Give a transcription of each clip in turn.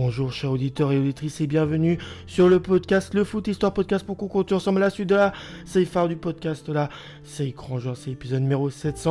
Bonjour chers auditeurs et auditrices et bienvenue sur le podcast Le Foot Histoire Podcast pour qu'on continue ensemble à la suite de la série phare du podcast là. C'est Grand Joueur, c'est l'épisode numéro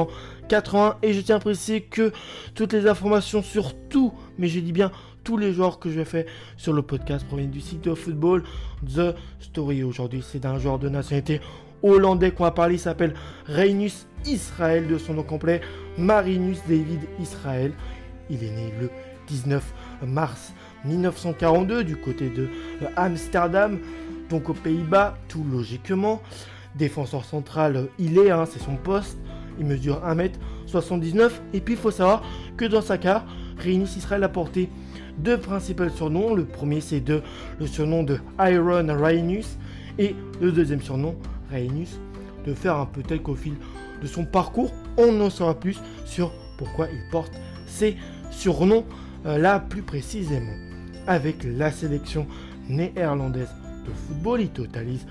780 et je tiens à préciser que toutes les informations sur tout, mais je dis bien tous les joueurs que je fais sur le podcast proviennent du site de football The Story. Aujourd'hui c'est d'un joueur de nationalité hollandais qu'on va parler, il s'appelle Rinus Israël, de son nom complet Marinus David Israël. Il est né le 19 mars 1942 du côté de Amsterdam, donc aux Pays-Bas, tout logiquement. Défenseur central, c'est son poste, il mesure 1m79 et puis il faut savoir que dans sa carrière, Rinus Israël a porté deux principaux surnoms. Le premier c'est le surnom de Iron Rinus et le deuxième surnom Rinus, de faire un peu tel qu'au fil de son parcours, on en saura plus sur pourquoi il porte ces surnoms là plus précisément. Avec la sélection néerlandaise de football, il totalise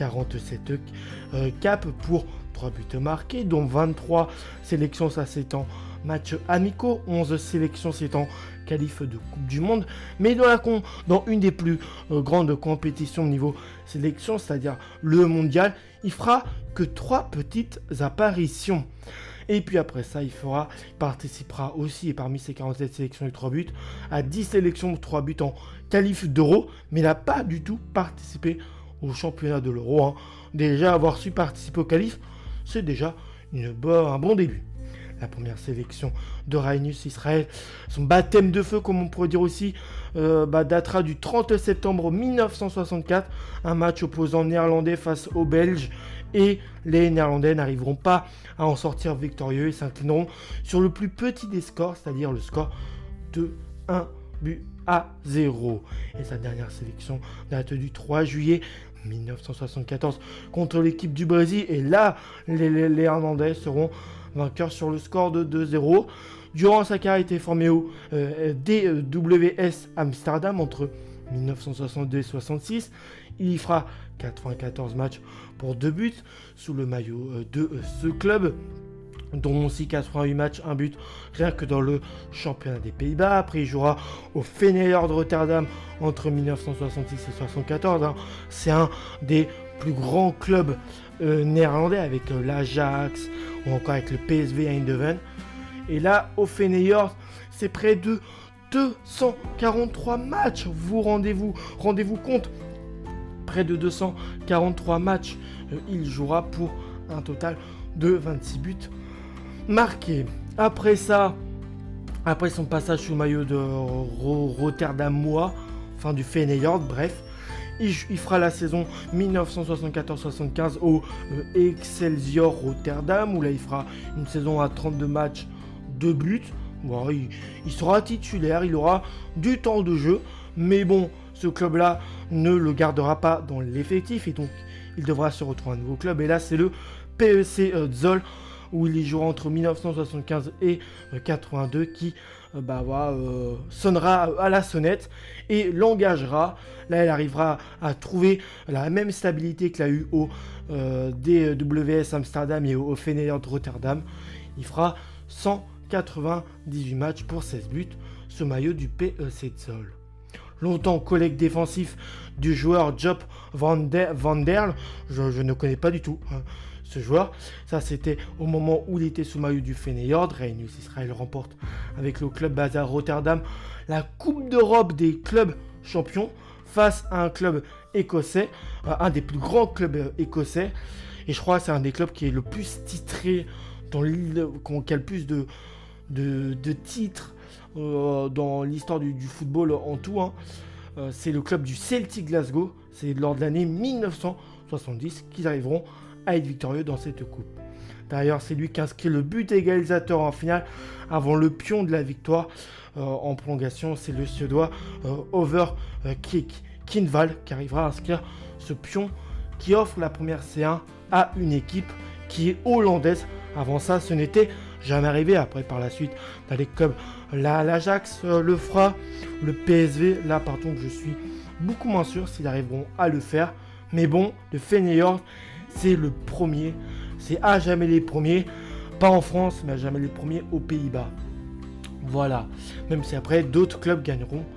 47 caps pour 3 buts marqués, dont 23 sélections, ça c'est en matchs amicaux, 11 sélections c'est en qualif de Coupe du Monde, mais dans une des plus grandes compétitions au niveau sélection, c'est-à-dire le mondial, il fera que 3 petites apparitions. Et puis après ça, il participera aussi, et parmi ces 47 sélections et 3 buts, à 10 sélections, 3 buts en qualif d'Euro, mais il n'a pas du tout participé au championnat de l'Euro. Déjà, avoir su participer au qualif, c'est déjà un bon début. La première sélection de Rinus Israël, son baptême de feu, comme on pourrait dire aussi, datera du 30 septembre 1964, un match opposant néerlandais face aux Belges. Et les Néerlandais n'arriveront pas à en sortir victorieux et s'inclineront sur le plus petit des scores, c'est-à-dire le score de 1 but à 0. Et sa dernière sélection date du 3 juillet 1974 contre l'équipe du Brésil. Et là, les Néerlandais seront vainqueurs sur le score de 2-0. Durant sa carrière, il était formé au DWS Amsterdam entre 1962 et 66. Il y fera 94 matchs pour 2 buts sous le maillot de ce club, dont aussi 88 matchs, 1 but rien que dans le championnat des Pays-Bas. Après, il jouera au Feyenoord de Rotterdam entre 1966 et 1974. C'est un des plus grands clubs néerlandais avec l'Ajax ou encore avec le PSV Eindhoven. Et là, au Feyenoord, c'est près de 243 matchs. Vous rendez-vous compte, près de 243 matchs. Il jouera pour un total de 26 buts marqués. Après son passage sous maillot de Rotterdamois, enfin du Feyenoord, bref, il fera la saison 1974-75 au Excelsior Rotterdam, où là il fera une saison à 32 matchs, 2 buts. Bon, il sera titulaire, il aura du temps de jeu, mais bon, ce club-là ne le gardera pas dans l'effectif et donc il devra se retrouver un nouveau club. Et là, c'est le PEC Zwolle où il y jouera entre 1975 et 82 qui sonnera à la sonnette et l'engagera. Là, elle arrivera à trouver la même stabilité qu'il a eu au DWS Amsterdam et au Feyenoord Rotterdam. Il fera 198 matchs pour 16 buts, ce maillot du PEC Zwolle. Longtemps collègue défensif du joueur Joop van der, je ne connais pas du tout ce joueur. Ça, c'était au moment où il était sous maillot du Feyenoord. Rinus Israël remporte avec le club basé à Rotterdam la Coupe d'Europe des clubs champions face à un club écossais, un des plus grands clubs écossais. Et je crois que c'est un des clubs qui est le plus titré, qui a le plus de titres dans l'histoire du football en tout. C'est le club du Celtic Glasgow. C'est lors de l'année 1970 qu'ils arriveront à être victorieux dans cette coupe. D'ailleurs, c'est lui qui inscrit le but égalisateur en finale avant le pion de la victoire en prolongation. C'est le Suédois Over Kinvall qui arrivera à inscrire ce pion qui offre la première C1 à une équipe qui est hollandaise. Avant ça, ce n'était jamais arrivé. Après, par la suite, dans les clubs, l'Ajax le fera, le PSV, là par contre, je suis beaucoup moins sûr s'ils arriveront à le faire. Mais bon, le Feyenoord, c'est le premier, c'est à jamais les premiers, pas en France, mais à jamais les premiers aux Pays-Bas. Voilà, même si après, d'autres clubs gagneront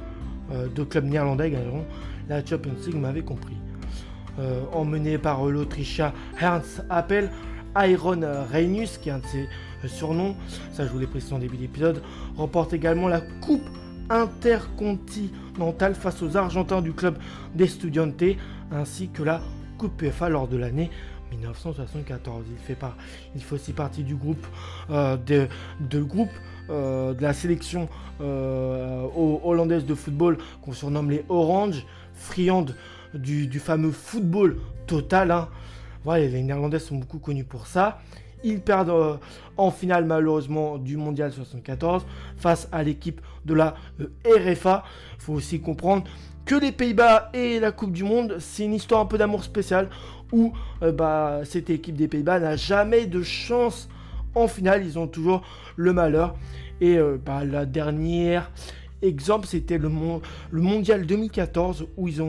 deux clubs néerlandais gagneront la Champions League, vous m'avez compris. Emmené par l'Autrichien Ernst Happel, Iron Reinus, qui est un de ses surnoms, ça je vous l'ai précisé en début d'épisode, remporte également la Coupe intercontinentale face aux Argentins du club d'Estudiantes, ainsi que la Coupe UEFA lors de l'année 1974. Il fait aussi partie du groupe de la sélection hollandaise de football qu'on surnomme les Orange, friande du fameux football total. Hein. Voilà, les Néerlandais sont beaucoup connus pour ça. Ils perdent en finale malheureusement du Mondial 74 face à l'équipe de la RFA. Il faut aussi comprendre que les Pays-Bas et la Coupe du Monde, c'est une histoire un peu d'amour spécial où cette équipe des Pays-Bas n'a jamais de chance en finale. Ils ont toujours le malheur. Et la dernière exemple, c'était le Mondial 2014 où ils ont...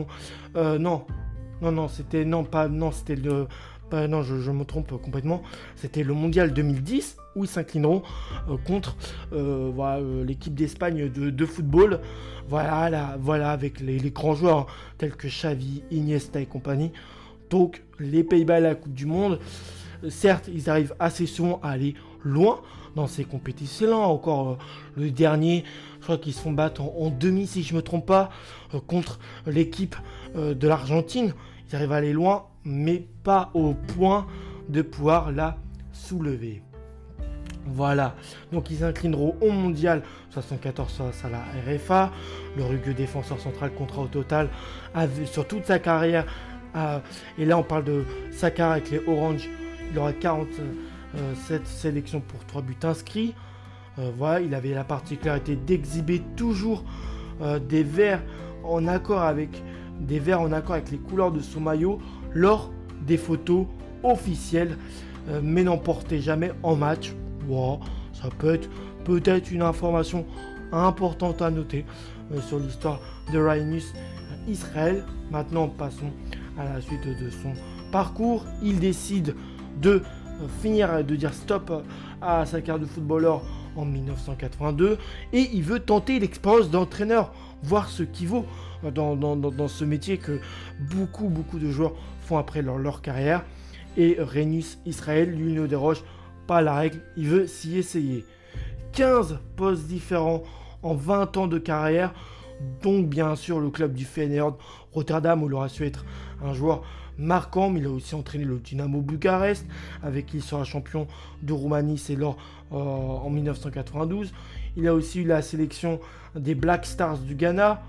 je me trompe complètement. C'était le Mondial 2010 où ils s'inclineront contre l'équipe d'Espagne de football. Voilà, avec les grands joueurs tels que Xavi, Iniesta et compagnie. Donc les Pays-Bas et la Coupe du Monde, certes, ils arrivent assez souvent à aller loin dans ces compétitions-là. Encore le dernier, je crois qu'ils se font battre en demi, si je ne me trompe pas, contre l'équipe de l'Argentine. Ils arrivent à aller loin, mais pas au point de pouvoir la soulever. Voilà, donc ils inclineront au Mondial 74 face à la RFA. Le rugueux défenseur central comptera au total sur toute sa carrière. Et là on parle de sa carrière avec les Orange. Il aura 47 sélections pour 3 buts inscrits. Il avait la particularité d'exhiber toujours des verts en accord avec les couleurs de son maillot lors des photos officielles, mais n'en portait jamais en match. Ça peut être une information importante à noter sur l'histoire de Reinus Israël. Maintenant, passons à la suite de son parcours. Il décide de dire stop à sa carrière de footballeur en 1982 et il veut tenter l'expérience d'entraîneur, voir ce qu'il vaut dans ce métier que beaucoup de joueurs font après leur carrière. Et Reinus Israël, lui, ne déroge pas à la règle, il veut s'y essayer. 15 postes différents en 20 ans de carrière, donc bien sûr le club du Feyenoord Rotterdam où il aura su être un joueur marquant, mais il a aussi entraîné le Dynamo Bucarest avec qui il sera champion de Roumanie, c'est en 1992. Il a aussi eu la sélection des Black Stars du Ghana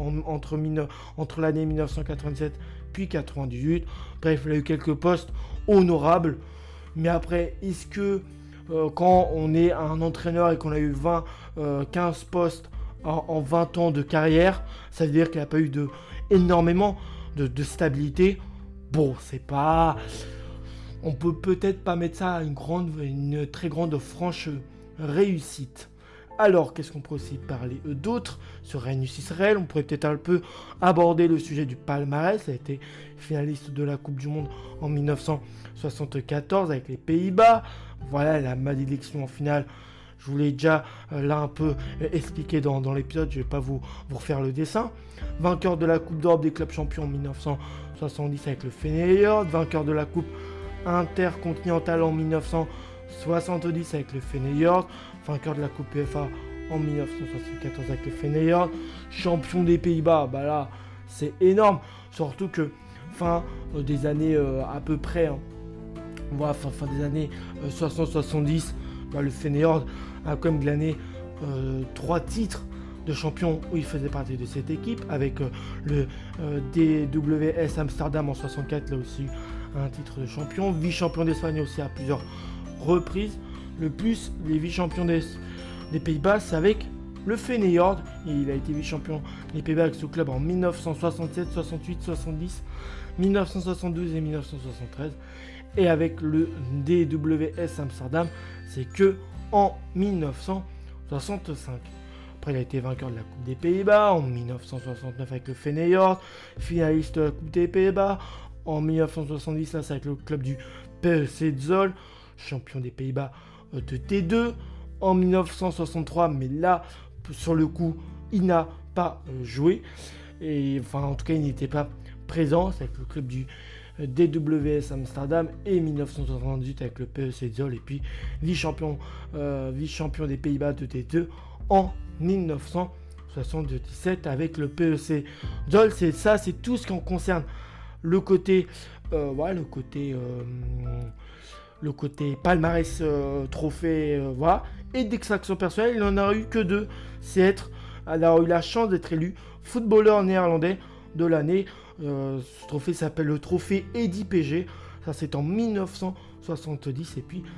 entre l'année 1997 puis 1998. Bref, il a eu quelques postes honorables, mais après, est-ce que quand on est un entraîneur et qu'on a eu 15 postes en 20 ans de carrière, ça veut dire qu'il n'a pas eu énormément de stabilité? Bon, c'est pas... On peut peut-être pas mettre ça à une très grande franche réussite. Alors, qu'est-ce qu'on pourrait aussi parler d'autre sur Reinus Israël? On pourrait peut-être un peu aborder le sujet du palmarès. Il a été finaliste de la Coupe du Monde en 1974 avec les Pays-Bas. Voilà, la malédiction en finale. Je vous l'ai déjà là un peu expliqué dans l'épisode. Je ne vais pas vous refaire le dessin. Vainqueur de la Coupe d'Europe des clubs champions en 1970 avec le Feyenoord. Vainqueur de la Coupe intercontinentale en 1970 avec le Feyenoord. Vainqueur de la Coupe UEFA en 1974 avec le Feyenoord. Champion des Pays-Bas, là, c'est énorme. Surtout que fin des années à peu près, fin des années 60-70, le Feyenoord a quand même glané 3 titres de champion où il faisait partie de cette équipe, avec le DWS Amsterdam en 64, là aussi un titre de champion, vice-champion d'Espagne aussi à plusieurs reprises. Le plus, les vice-champions des Pays-Bas, c'est avec le Feyenoord. Et il a été vice-champion des Pays-Bas avec ce club en 1967, 68, 70, 1972 et 1973. Et avec le DWS Amsterdam, c'est que en 1965. Après, il a été vainqueur de la Coupe des Pays-Bas en 1969 avec le Feyenoord, finaliste de la Coupe des Pays-Bas. En 1970, là, c'est avec le club du PSV Zwolle, champion des Pays-Bas de T2. En 1963, mais là, sur le coup, il n'a pas joué. Et enfin, en tout cas, il n'était pas présent. C'est avec le club du DWS Amsterdam et 1978 avec le PEC Zwolle. Et puis vice-champion des Pays-Bas de T2 en 1977 avec le PEC Zwolle. C'est ça, c'est tout ce qui en concerne le côté le côté palmarès, trophée, voilà. Et d'extraction personnelle, il n'en a eu que 2. Elle a eu la chance d'être élu footballeur néerlandais de l'année. Ce trophée s'appelle le trophée Eddy PG. Ça, c'est en 1970 et puis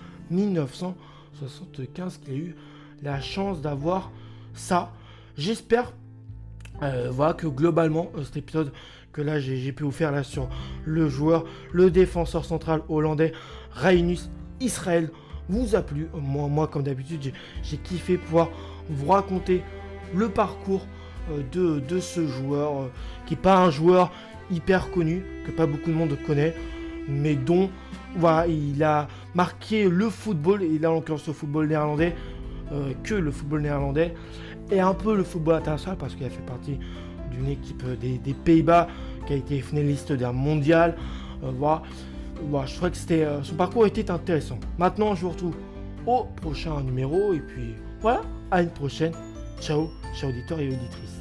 1975 qu'il a eu la chance d'avoir ça. J'espère que globalement, cet épisode que là j'ai pu vous faire là sur le défenseur central hollandais Rijnus Israël vous a plu. Moi comme d'habitude, j'ai kiffé pouvoir vous raconter le parcours de ce joueur qui n'est pas un joueur hyper connu, que pas beaucoup de monde connaît, mais dont voilà, il a marqué le football, et là en l'occurrence le football néerlandais, que le football néerlandais, et un peu le football international, parce qu'il a fait partie d'une équipe des Pays-Bas qui a été finaliste d'un mondial. Voilà, je trouvais que son parcours était intéressant. Maintenant, je vous retrouve au prochain numéro, et puis voilà, à une prochaine. Ciao, chers auditeurs et auditrices.